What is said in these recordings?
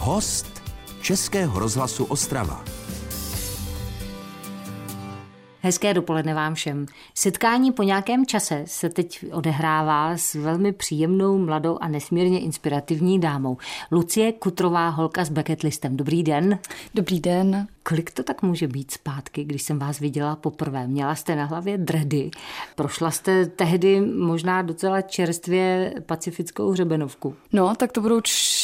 Host Českého rozhlasu Ostrava. Hezké dopoledne vám všem. Setkání po nějakém čase se teď odehrává s velmi příjemnou, mladou a nesmírně inspirativní dámou. Lucie Kutrová, holka s bucketlistem. Dobrý den. Dobrý den. Kolik to tak může být zpátky, když jsem vás viděla poprvé? Měla jste na hlavě dredy, prošla jste tehdy možná docela čerstvě pacifickou hřebenovku. No, tak to budou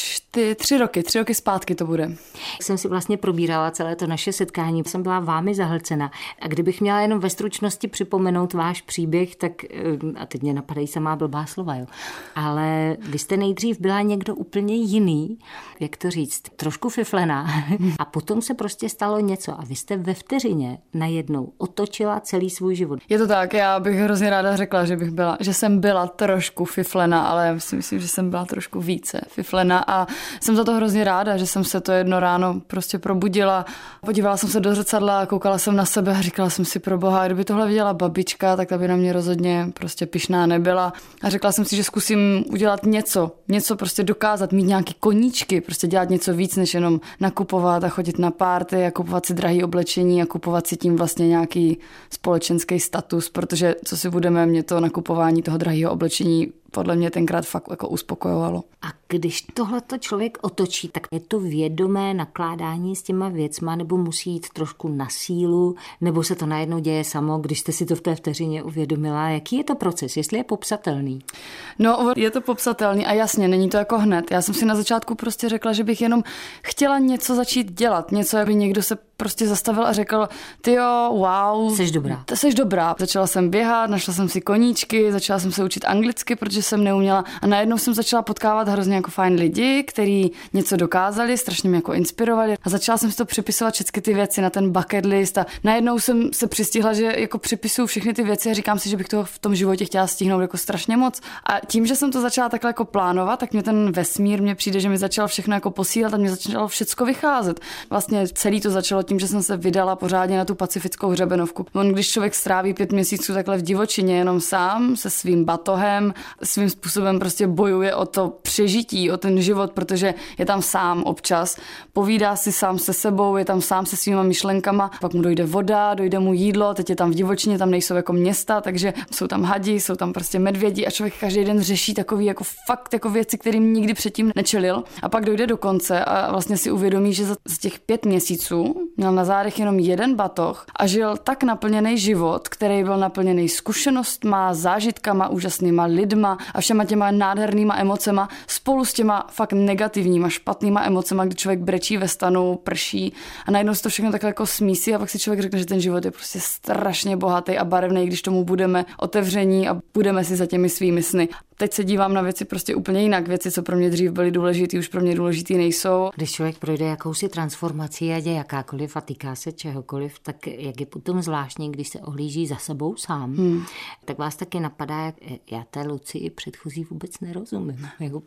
3 roky zpátky to bude. Jsem si vlastně probírala celé to naše setkání, jsem byla vámi zahlcena. A kdybych měla jenom ve stručnosti připomenout váš příběh, tak, a teď mě napadají samá blbá slova, jo, ale vy jste nejdřív byla někdo úplně jiný, jak to říct, trošku fiflená, a potom se prostě stalo něco a vy jste ve vteřině najednou otočila celý svůj život. Je to tak, já bych hrozně ráda řekla, že jsem byla trošku fiflena, ale já si myslím, že jsem byla trošku více fiflena a jsem za to hrozně ráda, že jsem se to jedno ráno prostě probudila. Podívala jsem se do zrcadla, koukala jsem na sebe a říkala jsem si, proboha, kdyby tohle viděla babička, tak ta by na mě rozhodně prostě pyšná nebyla. A řekla jsem si, že zkusím udělat něco prostě dokázat, mít nějaký koníčky, prostě dělat něco víc, než jenom nakupovat a chodit na párty a kupovat si drahý oblečení a kupovat si tím vlastně nějaký společenský status, protože co si budeme, mě to nakupování toho drahého oblečení podle mě tenkrát fakt jako uspokojovalo. A když tohleto člověk otočí, tak je to vědomé nakládání s těma věcma, nebo musí jít trošku na sílu, nebo se to najednou děje samo, když jste si to v té vteřině uvědomila? Jaký je to proces, jestli je popsatelný? No, je to popsatelný a jasně, není to jako hned. Já jsem si na začátku prostě řekla, že bych jenom chtěla něco začít dělat, něco, aby někdo se prostě zastavil a řekl, tyjo, wow. Seš dobrá. Začala jsem běhat, našla jsem si koníčky, začala jsem se učit anglicky, protože jsem neuměla a najednou jsem začala potkávat hrozně jako fajn lidi, kteří něco dokázali, strašně mě jako inspirovali a začala jsem si to připisovat všechny ty věci na ten bucket list a najednou jsem se přistihla, že jako připisuju všechny ty věci a říkám si, že bych toho v tom životě chtěla stihnout jako strašně moc. A tím, že jsem to začala takhle jako plánovat, tak mě ten vesmír mně přijde, že mi začal všechno jako posílat a mě začalo všecko vycházet. Vlastně celý to začalo tím, že jsem se vydala pořádně na tu pacifickou hřebenovku. Když člověk stráví 5 měsíců takhle v divočině jenom sám se svým batohem, svým způsobem prostě bojuje o to přežití, o ten život, protože je tam sám občas, povídá si sám se sebou, je tam sám se svýma myšlenkama, pak mu dojde voda, dojde mu jídlo, teď je tam v divočině, tam nejsou jako města, takže jsou tam hadi, jsou tam prostě medvědi a člověk každý den řeší takový jako fakt jako věci, kterým nikdy předtím nečelil a pak dojde do konce a vlastně si uvědomí, že za těch 5 měsíců měl na zádech jenom jeden batoh a žil tak naplněný život, který byl naplněný zkušenostma, zážitkama, úžasnýma lidma a všema těma nádhernýma emocema spolu s těma fakt negativníma, špatnýma emocema, kdy člověk brečí ve stanu, prší a najednou se to všechno takhle jako smísí a pak si člověk řekne, že ten život je prostě strašně bohatý a barevný, když tomu budeme otevření a budeme si za těmi svými sny. Teď se dívám na věci prostě úplně jinak. Věci, co pro mě dřív byly důležitý, už pro mě důležitý nejsou. Když člověk projde jakousi transformací, ať je jakákoliv a týká se čehokoliv, tak jak je potom zvláštní, když se ohlíží za sebou sám, tak vás taky napadá, já té Lucii předchozí vůbec nerozumím.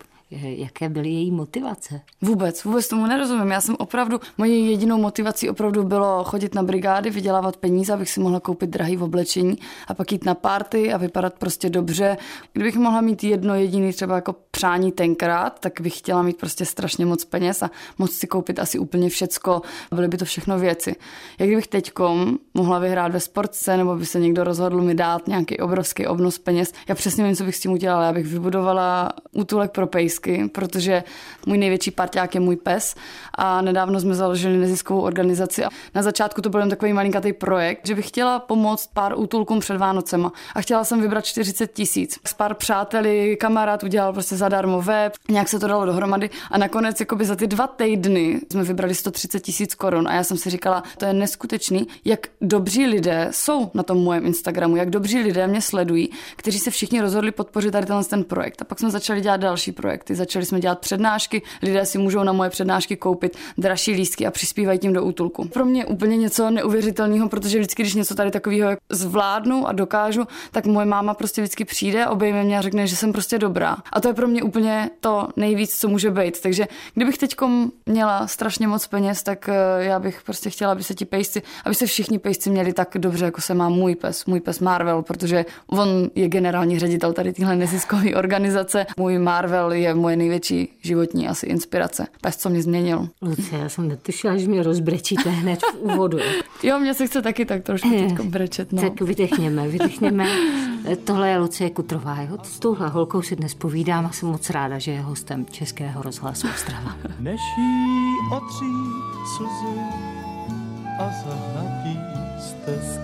Jaké byly její motivace? Vůbec tomu nerozumím. Já jsem opravdu, mojí jedinou motivací opravdu bylo chodit na brigády, vydělávat peníze, abych si mohla koupit drahý oblečení a pak jít na party a vypadat prostě dobře. Kdybych mohla mít jedno jediný třeba jako přání tenkrát, tak bych chtěla mít prostě strašně moc peněz a moc si koupit asi úplně všecko. Byly by to všechno věci. Jak kdybych teďkom mohla vyhrát ve sportce nebo by se někdo rozhodl mi dát nějaký obrovský obnos peněz. Já přesně vím, co bych s tím udělala. Já bych vybudovala útulek pro pejsky, protože můj největší parťák je můj pes a nedávno jsme založili neziskovou organizaci a na začátku to byl jen takový malinkatý projekt, že bych chtěla pomoct pár útulkům před Vánocema a chtěla jsem vybrat 40 000. S pár přáteli, kamarád udělal prostě zadarmo web, nějak se to dalo dohromady a nakonec jakoby za ty 2 týdny jsme vybrali 130 000 korun a já jsem si říkala, to je neskutečný, jak dobří lidé jsou na tom mojem Instagramu, jak dobří lidé mě sledují, kteří se všichni rozhodli podpořit tady ten projekt. A pak jsme začali dělat další projekty, začali jsme dělat přednášky, lidé si můžou na moje přednášky koupit dražší lístky a přispívají tím do útulku. Pro mě úplně něco neuvěřitelného, protože vždycky, když něco tady takového zvládnu a dokážu, tak moje máma prostě vždycky přijde, obejme mě a řekne, že jsem prostě dobrá. A to je pro mě úplně to nejvíc, co může být. Takže kdybych teďkom měla strašně moc peněz, tak já bych prostě chtěla, aby se ti pejsci, aby se všichni pejsci měli tak dobře, jako se má můj pes Marvel, protože on je generální ředitel tady téhle neziskové organizace. Můj Marvel je moje největší životní asi inspirace. Pes, co mě změnil. Lucie, já jsem netušila, že mě rozbrečíte hned v úvodu. Jo, mě se chce taky tak trošku teďko brečet. No. Tak vytechněme. Tohle je Lucie Kutrová. Jo? S touhle holkou si dnes povídám a jsem moc ráda, že je hostem Českého rozhlasu Ostrava. Než jí otří slzy a zahnatí stesk.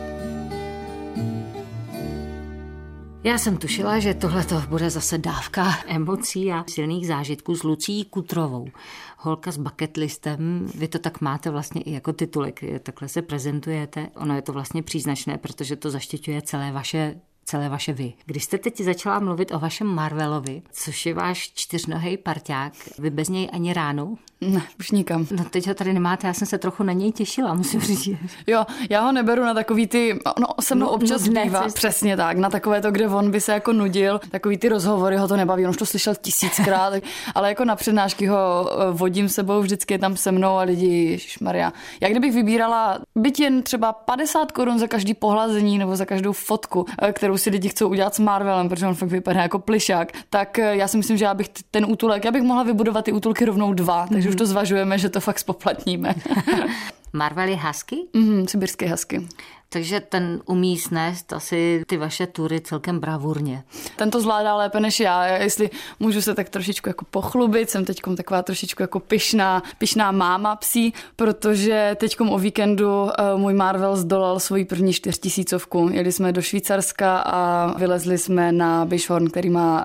Já jsem tušila, že tohleto bude zase dávka emocí a silných zážitků s Lucií Kutrovou. Holka s bucket listem, vy to tak máte vlastně i jako titulek, takhle se prezentujete. Ono je to vlastně příznačné, protože to zaštiťuje celé vaše vy. Když jste teď začala mluvit o vašem Marvelovi, což je váš čtyřnohej parťák, vy bez něj ani ránu? Ne, už nikam. No teď ho tady nemáte, já jsem se trochu na něj těšila, musím říct. Jo, já ho neberu na takový ty, se mnou občas bývá, přesně tak, na takové to, kde on by se jako nudil, takový ty rozhovory ho to nebaví, on už to slyšel 1000krát, ale jako na přednášky ho vodím sebou, vždycky je tam se mnou a lidi, ježišmarja. Já kdybych vybírala byť jen třeba 50 korun za každý pohlazení nebo za každou fotku, kterou si lidi chcou udělat s Marvelem, protože on fakt vypadá jako plišák, tak já si myslím, že já bych ten útulek, já bych mohla vybudovat ty útulky rovnou 2, takže už to zvažujeme, že to fakt spoplatníme. Marvel je husky? Sibirský husky. Takže ten umí snést asi ty vaše tury celkem bravurně. Ten to zvládá lépe než já. Jestli můžu se tak trošičku jako pochlubit, jsem teďkom taková trošičku jako pyšná máma psí, protože teďkom o víkendu můj Marvel zdolal svoji první 4000. Jeli jsme do Švýcarska a vylezli jsme na Bischorn, který má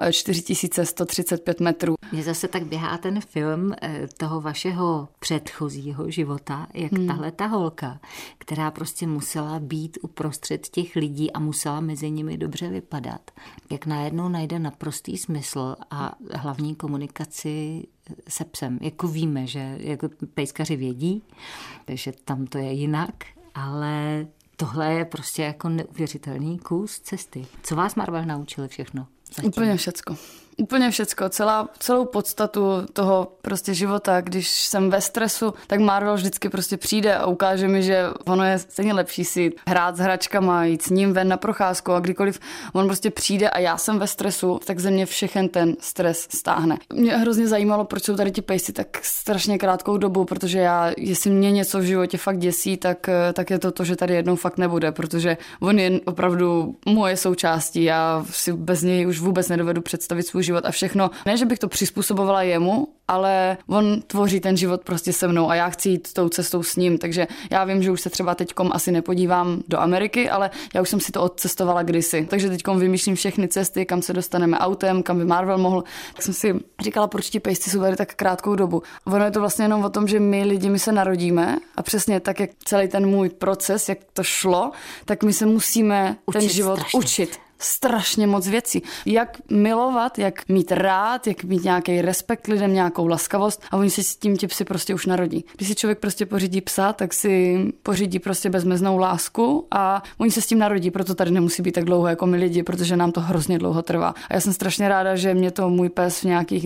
4135 metrů. Mně zase tak běhá ten film toho vašeho předchozího života, jak tahle ta holka, která prostě musela být uprostřed těch lidí a musela mezi nimi dobře vypadat. Jak najednou najde naprostý smysl a hlavní komunikaci se psem. Jako víme, že jako pejskaři vědí, že tam to je jinak, ale tohle je prostě jako neuvěřitelný kus cesty. Co vás Marvel naučil všechno? Zatím? Úplně všecko, celou podstatu toho prostě života, když jsem ve stresu, tak Marvel vždycky prostě přijde a ukáže mi, že ono je stejně lepší si hrát s hračkama, jít s ním ven na procházku a kdykoliv on prostě přijde a já jsem ve stresu, tak ze mě všechen ten stres stáhne. Mě hrozně zajímalo, proč jsou tady ti pejsi tak strašně krátkou dobu, protože jestli mě něco v životě fakt děsí, tak je to, že tady jednou fakt nebude, protože on je opravdu moje součástí, já si bez něj už vůbec nedovedu představit svůj život a všechno. Ne, že bych to přizpůsobovala jemu, ale on tvoří ten život prostě se mnou a já chci jít tou cestou s ním, takže já vím, že už se třeba teďkom asi nepodívám do Ameriky, ale já už jsem si to odcestovala kdysi. Takže teďkom vymýšlím všechny cesty, kam se dostaneme autem, kam by Marvel mohl. Tak jsem si říkala, proč ti pejsci jsou tady tak krátkou dobu. Ono je to vlastně jenom o tom, že my se narodíme a přesně tak, jak celý ten můj proces, jak to šlo, tak my se musíme ten život učit. Strašně moc věcí. Jak milovat, jak mít rád, jak mít nějaký respekt lidem, nějakou laskavost a oni si s tím ti psi prostě už narodí. Když si člověk prostě pořídí psa, tak si pořídí prostě bezmeznou lásku a oni se s tím narodí, proto tady nemusí být tak dlouho jako my lidi, protože nám to hrozně dlouho trvá. A já jsem strašně ráda, že mě to můj pes v nějakých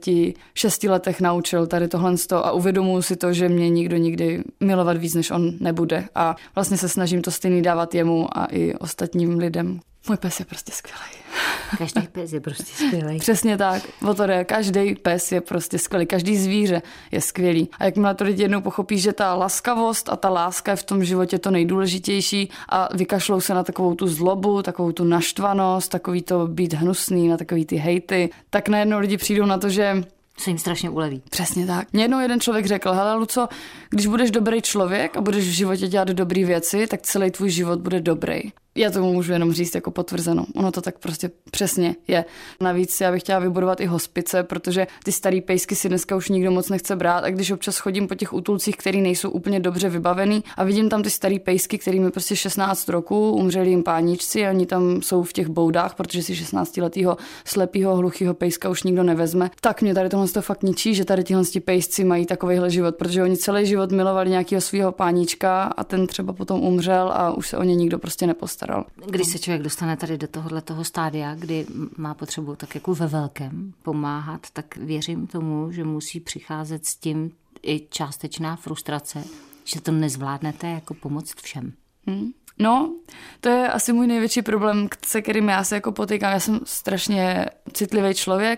26 letech naučil tady tohle a uvědomuji si to, že mě nikdo nikdy milovat víc, než on nebude. A vlastně se snažím to stejný dávat jemu a i ostatním lidem. Můj pes je prostě skvělý. Každý pes je prostě skvělý. Přesně tak. O to jde. Každý pes je prostě skvělý. Každý zvíře je skvělý. A jakmile to lidi jednou pochopí, že ta laskavost a ta láska je v tom životě to nejdůležitější a vykašlou se na takovou tu zlobu, takovou tu naštvanost, takový to být hnusný, na takový ty hejty, tak najednou lidi přijdou na to, že se jim strašně uleví. Přesně tak. Mně jednou jeden člověk řekl, hele Luco, když budeš dobrý člověk a budeš v životě dělat dobrý věci, tak celý tvůj život bude dobrý. Já tomu můžu jenom říct jako potvrzeno. Ono to tak prostě přesně je. Navíc já bych chtěla vybudovat i hospice, protože ty starý pejsky si dneska už nikdo moc nechce brát a když občas chodím po těch útulcích, který nejsou úplně dobře vybavený a vidím tam ty starý pejsky, kterým je prostě 16 roků, umřeli jim páničci a oni tam jsou v těch boudách, protože si 16letýho slepýho hluchýho pejska už nikdo nevezme. Tak mě tady tohle to fakt ničí, že tady tihle pejsci mají takovejhle život, protože oni celý život milovali nějakého svého pánička a ten třeba potom umřel a už se o ně nikdo prostě nepostaral. Když se člověk dostane tady do tohoto stádia, kdy má potřebu tak jako ve velkém pomáhat, tak věřím tomu, že musí přicházet s tím i částečná frustrace, že to nezvládnete jako pomoct všem. No, to je asi můj největší problém, se kterým já se jako potýkám. Já jsem strašně citlivý člověk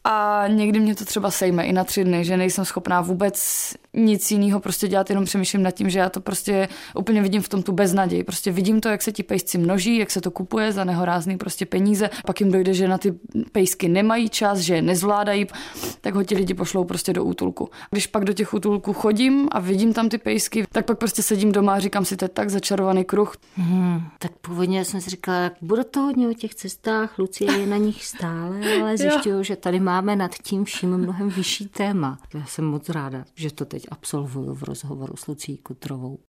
a někdy mě to třeba sejme i na 3 dny, že nejsem schopná vůbec nic jiného prostě dělat, jenom přemýšlím nad tím, že já to prostě úplně vidím v tom tu beznaděj. Prostě vidím to, jak se ti pejsci množí, jak se to kupuje za nehorázný prostě peníze, pak jim dojde, že na ty pejsky nemají čas, že je nezvládají, tak ho ti lidi pošlou prostě do útulku. Když pak do těch útulků chodím a vidím tam ty pejsky, tak pak prostě sedím doma a říkám si, to je tak začarovaný kruh. Tak původně jsem si říkala, jak bude to hodně o těch cestách, Lucie je na nich stále, ale zjišťuju, že tady máme nad tím vším mnohem vyšší téma. Já jsem moc ráda, že to teď absolvuju v rozhovoru s Lucií Kutrovou.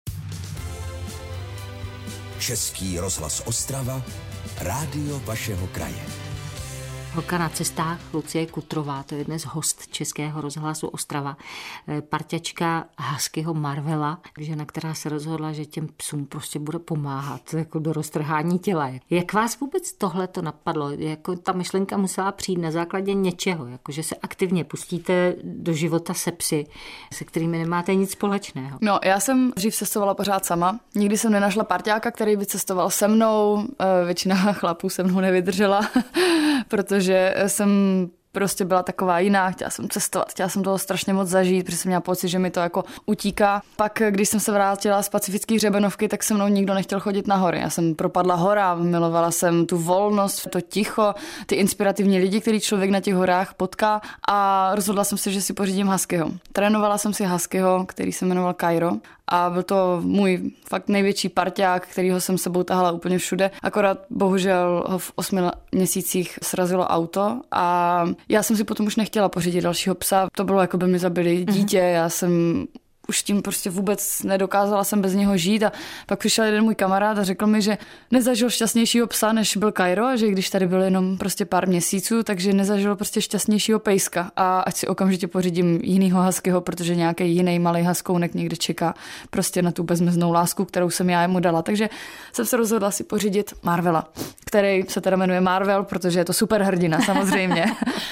Český rozhlas Ostrava, rádio vašeho kraje. Holka na cestách, Lucie Kutrová, to je dnes host Českého rozhlasu Ostrava, parťačka huskyho Marvela, žena, která se rozhodla, že těm psům prostě bude pomáhat jako do roztrhání těla. Jak vás vůbec tohle to napadlo? Jako ta myšlenka musela přijít na základě něčeho, jako že se aktivně pustíte do života se psy, se kterými nemáte nic společného. No, já jsem dřív cestovala pořád sama. Nikdy jsem nenašla parťáka, který by cestoval se mnou. Většina chlapů se mnou nevydržela, protože jsem prostě byla taková jiná, chtěla jsem cestovat, chtěla jsem toho strašně moc zažít, protože jsem měla pocit, že mi to jako utíká. Pak, když jsem se vrátila z pacifické hřebenovky, tak se mnou nikdo nechtěl chodit na hory. Já jsem propadla horám, milovala jsem tu volnost, to ticho, ty inspirativní lidi, který člověk na těch horách potká a rozhodla jsem se, že si pořídím huskyho. Trénovala jsem si huskyho, který se jmenoval Cairo a byl to můj fakt největší parťák, kterýho jsem sebou tahala úplně všude. Akorát bohužel ho v 8 měsících srazilo auto a já jsem si potom už nechtěla pořídit dalšího psa. To bylo, jako by mi zabili dítě, já jsem už tím prostě vůbec nedokázala jsem bez něho žít a pak přišel jeden můj kamarád a řekl mi, že nezažil šťastnějšího psa, než byl Cairo a že když tady byl jenom prostě pár měsíců, takže nezažil prostě šťastnějšího pejska a ať si okamžitě pořídím jinýho huskyho, protože nějaký jiný malý huskounek někde čeká prostě na tu bezmeznou lásku, kterou jsem já mu dala. Takže jsem se rozhodla si pořídit Marvela, který se teda jmenuje Marvel, protože je to superhrdina samozřejmě.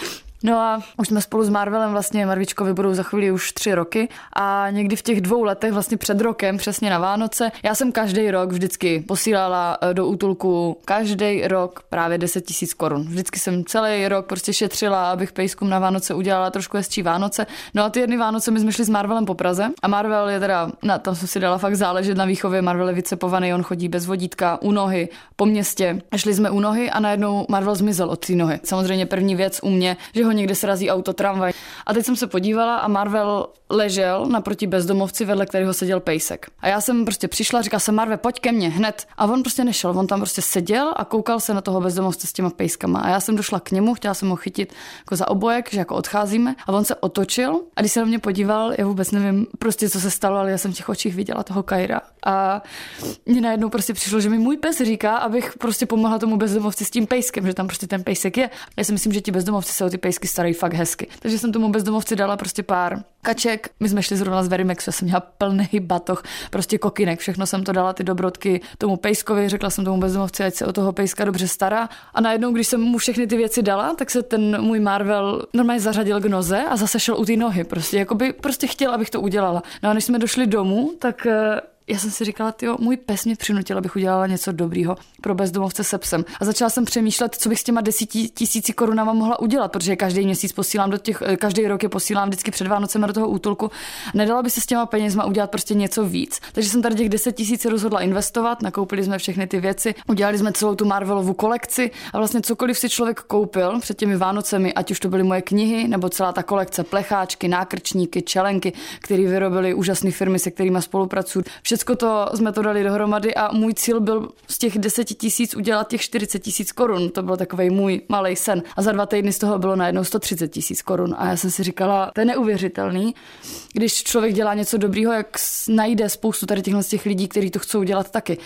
No a už jsme spolu s Marvelem, vlastně Marvičkovi budou za chvíli už 3 roky a někdy v těch 2 letech, vlastně před rokem, přesně na Vánoce, já jsem každý rok vždycky posílala do útulku každý rok právě 10 000 korun. Vždycky jsem celý rok prostě šetřila, abych pejskům na Vánoce udělala trošku hezčí Vánoce. No a ty jedny Vánoce my jsme šli s Marvelem po Praze a Marvel je teda, tam jsem si dala fakt záležet na výchově, Marvel je vycepovaný, on chodí bez vodítka, u nohy, po městě. Šli jsme u nohy a najednou Marvel zmizel od té nohy. Samozřejmě první věc u mě, že ho někde srazí auto, tramvaj. A teď jsem se podívala a Marvel ležel naproti bezdomovci, vedle kterého seděl pejsek. A já jsem prostě přišla, říkala jsem Marve, pojď ke mně hned. A on prostě nešel, on tam prostě seděl a koukal se na toho bezdomovce s těma pejskama. A já jsem došla k němu, chtěla jsem ho chytit jako za obojek, že jako odcházíme. A on se otočil a když se na mě podíval, já vůbec nevím prostě, co se stalo, ale já jsem v těch očích viděla toho Caira. A mně najednou prostě přišlo, že mi můj pes říká, abych prostě pomohla tomu bezdomovci s tím pejskem, že tam prostě ten pejsek je. Já si myslím, že ti bezdomovci se o ty pejsky starají fakt hezky. Takže jsem tomu bezdomovci dala prostě pár kaček. My jsme šli zrovna z Verimexu, já jsem měla plný batoh, prostě kokynek, všechno jsem to dala, ty dobrotky tomu pejskovi, řekla jsem tomu bezdomovci, ať se o toho pejska dobře stará. A najednou, když jsem mu všechny ty věci dala, tak se ten můj Marvel normálně zařadil k noze a zase šel u ty nohy, prostě chtěl, abych to udělala. No a než jsme došli domů, tak já jsem si říkala, můj pes mě přinutil, abych udělala něco dobrýho pro bezdomovce se psem. A začala jsem přemýšlet, co bych s těma 10 000 korunama mohla udělat, protože každý měsíc posílám každý rok je posílám vždycky před Vánocem do toho útulku. Nedalo by se s těma penězma udělat prostě něco víc. Takže jsem tady těch 10 000 rozhodla investovat, nakoupili jsme všechny ty věci, udělali jsme celou tu Marvelovu kolekci a vlastně cokoliv si člověk koupil před těmi Vánocemi, ať už to byly moje knihy nebo celá ta kolekce plecháčky, nákrčníky, čelenky, které vyrobily úžasné firmy, se kterými spolupracuju. Všechno to jsme to dali dohromady a můj cíl byl z těch 10 000 udělat těch 40 000 korun. To byl takovej můj malej sen. A za 2 týdny z toho bylo najednou 130 000 korun. A já jsem si říkala, to je neuvěřitelný, když člověk dělá něco dobrýho, jak najde spoustu tady těch lidí, kteří to chcou dělat taky.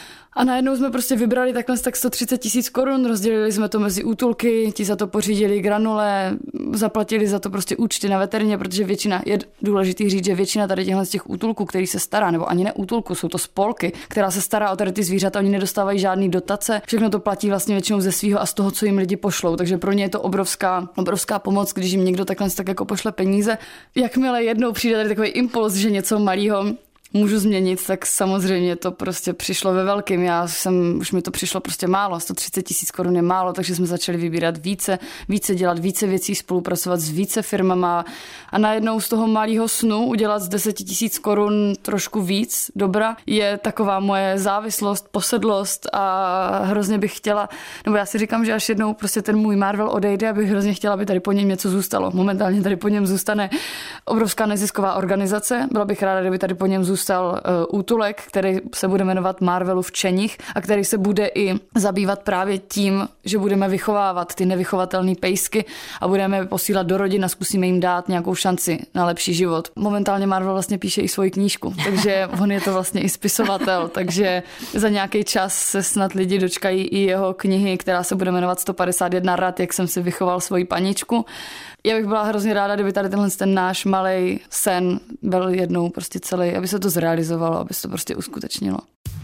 A najednou jsme prostě vybrali takhle tak 130 000 korun, rozdělili jsme to mezi útulky, ti za to pořídili granule, zaplatili za to prostě účty na veterině, protože je důležitý říct, že většina tady těch útulků, který se stará, nebo ani ne útulku, jsou to spolky, která se stará o tady ty zvířata, oni nedostávají žádný dotace, všechno to platí vlastně většinou ze svého a z toho, co jim lidi pošlou, takže pro ně je to obrovská pomoc, když jim někdo takhle tak jako pošle peníze. Jakmile jednou přijde tady takový impuls, že něco malého můžu změnit, tak samozřejmě to prostě přišlo ve velkým. Už mi to přišlo prostě málo, 130 000 korun je málo, takže jsme začali vybírat více dělat více věcí, spolupracovat s více firmama a najednou z toho malého snu udělat z 10 000 korun trošku víc dobra je taková moje závislost, posedlost a hrozně bych chtěla, nebo já si říkám, že až jednou prostě ten můj Marvel odejde, abych hrozně chtěla, aby tady po něm něco zůstalo. Momentálně tady po něm zůstane obrovská nezisková organizace. Byla bych ráda, kdyby tady po něm zůstal útulek, který se bude jmenovat Marvelu v Čeních a který se bude i zabývat právě tím, že budeme vychovávat ty nevychovatelné pejsky a budeme posílat do rodin a zkusíme jim dát nějakou šanci na lepší život. Momentálně Marvel vlastně píše i svoji knížku, takže on je to vlastně i spisovatel, takže za nějaký čas se snad lidi dočkají i jeho knihy, která se bude jmenovat 151 rad, jak jsem si vychoval svoji paničku. Já bych byla hrozně ráda, kdyby tady ten náš malej sen byl jednou prostě celý, aby se to zrealizovalo, aby se to prostě uskutečnilo.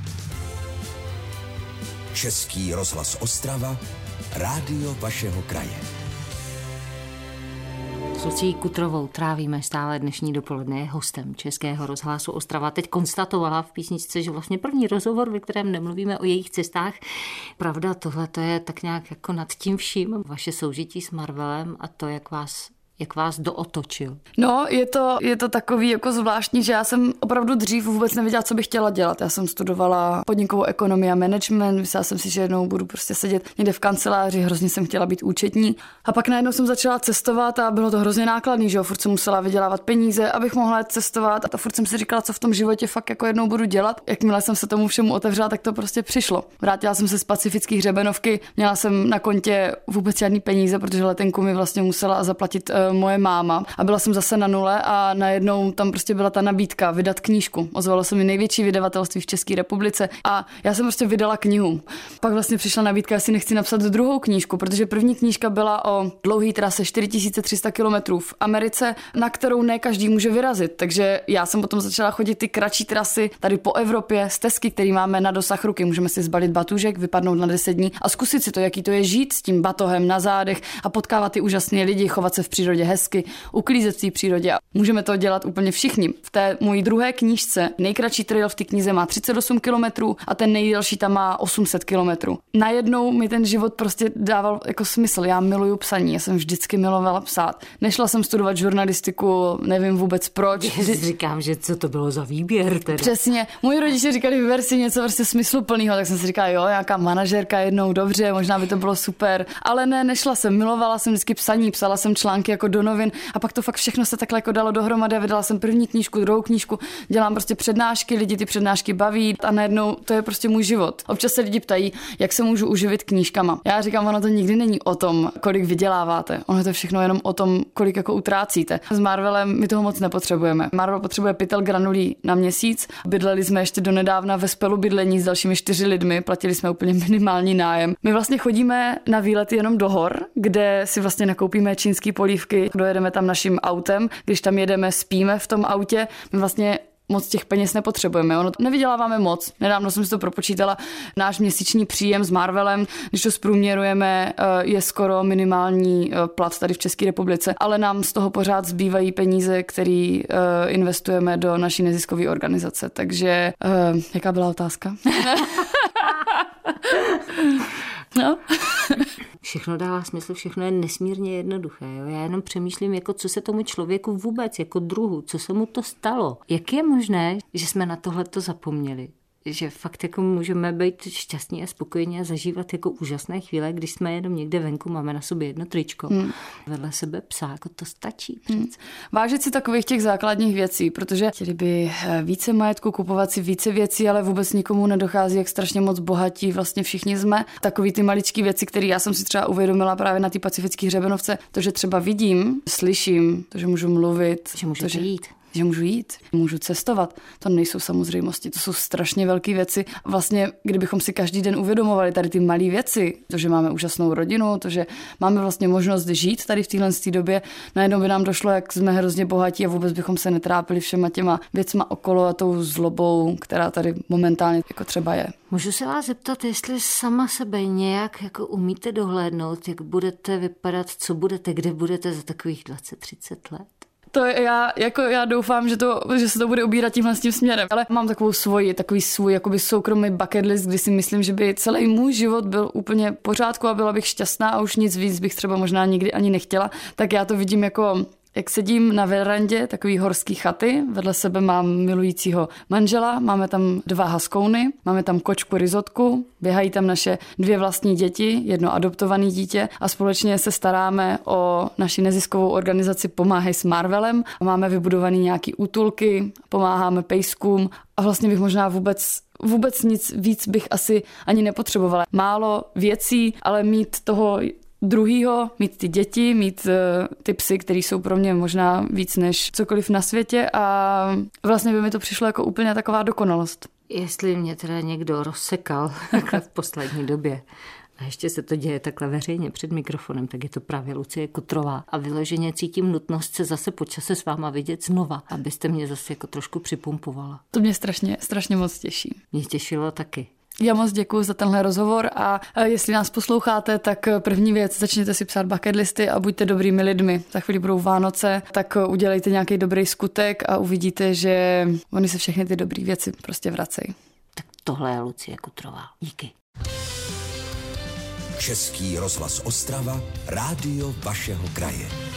Český rozhlas Ostrava, rádio vašeho kraje. S Lucí Kutrovou trávíme stále dnešní dopoledne, hostem Českého rozhlasu Ostrava. Teď konstatovala v písničce, že vlastně první rozhovor, ve kterém nemluvíme o jejich cestách. Pravda, tohle to je tak nějak jako nad tím vším. Vaše soužití s Marvelem a to, jak vás dootočil. No, je to takový jako zvláštní, že já jsem opravdu dřív vůbec nevěděla, co bych chtěla dělat. Já jsem studovala podnikovou ekonomii a management, myslela jsem si, že jednou budu prostě sedět někde v kanceláři, hrozně jsem chtěla být účetní. A pak najednou jsem začala cestovat a bylo to hrozně nákladný, že jo, furt jsem musela vydělávat peníze, abych mohla jít cestovat a furt jsem si říkala, co v tom životě fakt jako jednou budu dělat. Jakmile jsem se tomu všemu otevřela, tak to prostě přišlo. Vrátila jsem se z pacifické hřebenovky, měla jsem na kontě vůbec žádný peníze, protože letenku mi vlastně musela zaplatit moje máma a byla jsem zase na nule a najednou tam prostě byla ta nabídka vydat knížku. Ozvalo se mi největší vydavatelství v České republice a já jsem prostě vydala knihu. Pak vlastně přišla nabídka, jestli nechci napsat druhou knížku, protože první knížka byla o dlouhé trase 4300 km v Americe, na kterou ne každý může vyrazit. Takže já jsem potom začala chodit ty kratší trasy tady po Evropě, stezky, které máme na dosah ruky. Můžeme si zbalit batůžek, vypadnout na 10 dní a zkusit si to, jaký to je žít s tím batohem na zádech a potkávat ty úžasné lidi, chovat se v přírodě hezky, uklízet v té přírodě. Můžeme to dělat úplně všichni. V té mojí druhé knížce nejkratší trail v té knize má 38 kilometrů a ten nejdelší tam má 800 kilometrů. Najednou mi ten život prostě dával jako smysl. Já miluju psaní, já jsem vždycky milovala psát. Nešla jsem studovat žurnalistiku, nevím vůbec proč. Já říkám, že co to bylo za výběr teda. Přesně. Moji rodiče říkali, vyber si něco prostě smysluplného, tak jsem si říkala, jo, nějaká manažerka jednou, dobře, možná by to bylo super. Ale ne, nešla jsem, milovala jsem vždycky psaní, psala jsem články jako do novin a pak to fakt všechno se takhle jako dalo dohromady a vydala jsem první knížku, druhou knížku, dělám prostě přednášky, lidi ty přednášky baví a najednou to je prostě můj život. Občas se lidi ptají, jak se můžu uživit knížkama. Já říkám, ono to nikdy není o tom, kolik vyděláváte. Ono to je všechno jenom o tom, kolik jako utrácíte. S Marvelem my toho moc nepotřebujeme. Marvel potřebuje pytel granulí na měsíc. Bydleli jsme ještě donedávna ve spelu bydlení s dalšími 4 lidmi, platili jsme úplně minimální nájem. My vlastně chodíme na výlety jenom do hor, kde si vlastně nakoupíme čínský polívky, dojedeme tam naším autem, když tam jedeme, spíme v tom autě, my vlastně moc těch peněz nepotřebujeme. Ono nevyděláváme moc. Nedávno jsem si to propočítala. Náš měsíční příjem s Marvelem, když to zprůměrujeme, je skoro minimální plat tady v České republice, ale nám z toho pořád zbývají peníze, které investujeme do naší neziskové organizace. Takže jaká byla otázka? No. Všechno dává smysl, všechno je nesmírně jednoduché. Jo? Já jenom přemýšlím, jako co se tomu člověku vůbec, jako druhu, co se mu to stalo. Jak je možné, že jsme na tohleto zapomněli? Že fakt jako můžeme být šťastní a spokojení a zažívat jako úžasné chvíle, když jsme jenom někde venku, máme na sobě jedno tričko, vedle sebe psa, jako to stačí přece. Vážit si takových těch základních věcí, protože chtěli by více majetku, kupovat si více věcí, ale vůbec nikomu nedochází, jak strašně moc bohatí vlastně všichni jsme. Takový ty maličké věci, které já jsem si třeba uvědomila právě na té pacifické hřebenovce, to, že třeba vidím, slyším, to, že můžu mluvit, že můžete jít. Že můžu jít, můžu cestovat. To nejsou samozřejmosti, to jsou strašně velké věci. Vlastně, kdybychom si každý den uvědomovali tady ty malé věci, to, že máme úžasnou rodinu, to, že máme vlastně možnost žít tady v téhle době, najednou by nám došlo, jak jsme hrozně bohatí a vůbec bychom se netrápili všema těma věcma okolo a tou zlobou, která tady momentálně jako třeba je. Můžu se vás zeptat, jestli sama sebe nějak jako umíte dohlédnout, jak budete vypadat, co budete, kde budete za takových 20-30 let? To já doufám, že se to bude ubírat tímhle s tím směrem. Ale mám takový svůj jakoby soukromý bucket list, kdy si myslím, že by celý můj život byl úplně v pořádku a byla bych šťastná a už nic víc bych třeba možná nikdy ani nechtěla. Tak já to vidím jako, jak sedím na verandě takový horský chaty, vedle sebe mám milujícího manžela, máme tam 2 haskouny, máme tam kočku Rizotku, běhají tam naše 2 vlastní děti, 1 adoptované dítě a společně se staráme o naši neziskovou organizaci Pomáhej s Marvelem. Máme vybudovaný nějaký útulky, pomáháme pejskům a vlastně bych možná vůbec nic víc bych asi ani nepotřebovala. Málo věcí, ale mít toho druhýho, mít ty děti, mít ty psy, který jsou pro mě možná víc než cokoliv na světě a vlastně by mi to přišlo jako úplně taková dokonalost. Jestli mě teda někdo rozsekal takhle v poslední době a ještě se to děje takhle veřejně před mikrofonem, tak je to právě Lucie Kutrová. A vyloženě cítím nutnost se zase po čase s váma vidět znova, abyste mě zase jako trošku připumpovala. To mě strašně moc těší. Mě těšilo taky. Já moc děkuji za tenhle rozhovor a jestli nás posloucháte, tak první věc, začněte si psát bucket listy a buďte dobrými lidmi. Za chvíli budou Vánoce, tak udělejte nějaký dobrý skutek a uvidíte, že oni se všechny ty dobré věci prostě vracejí. Tak tohle je Lucie Kutrová. Díky. Český rozhlas Ostrava, rádio vašeho kraje.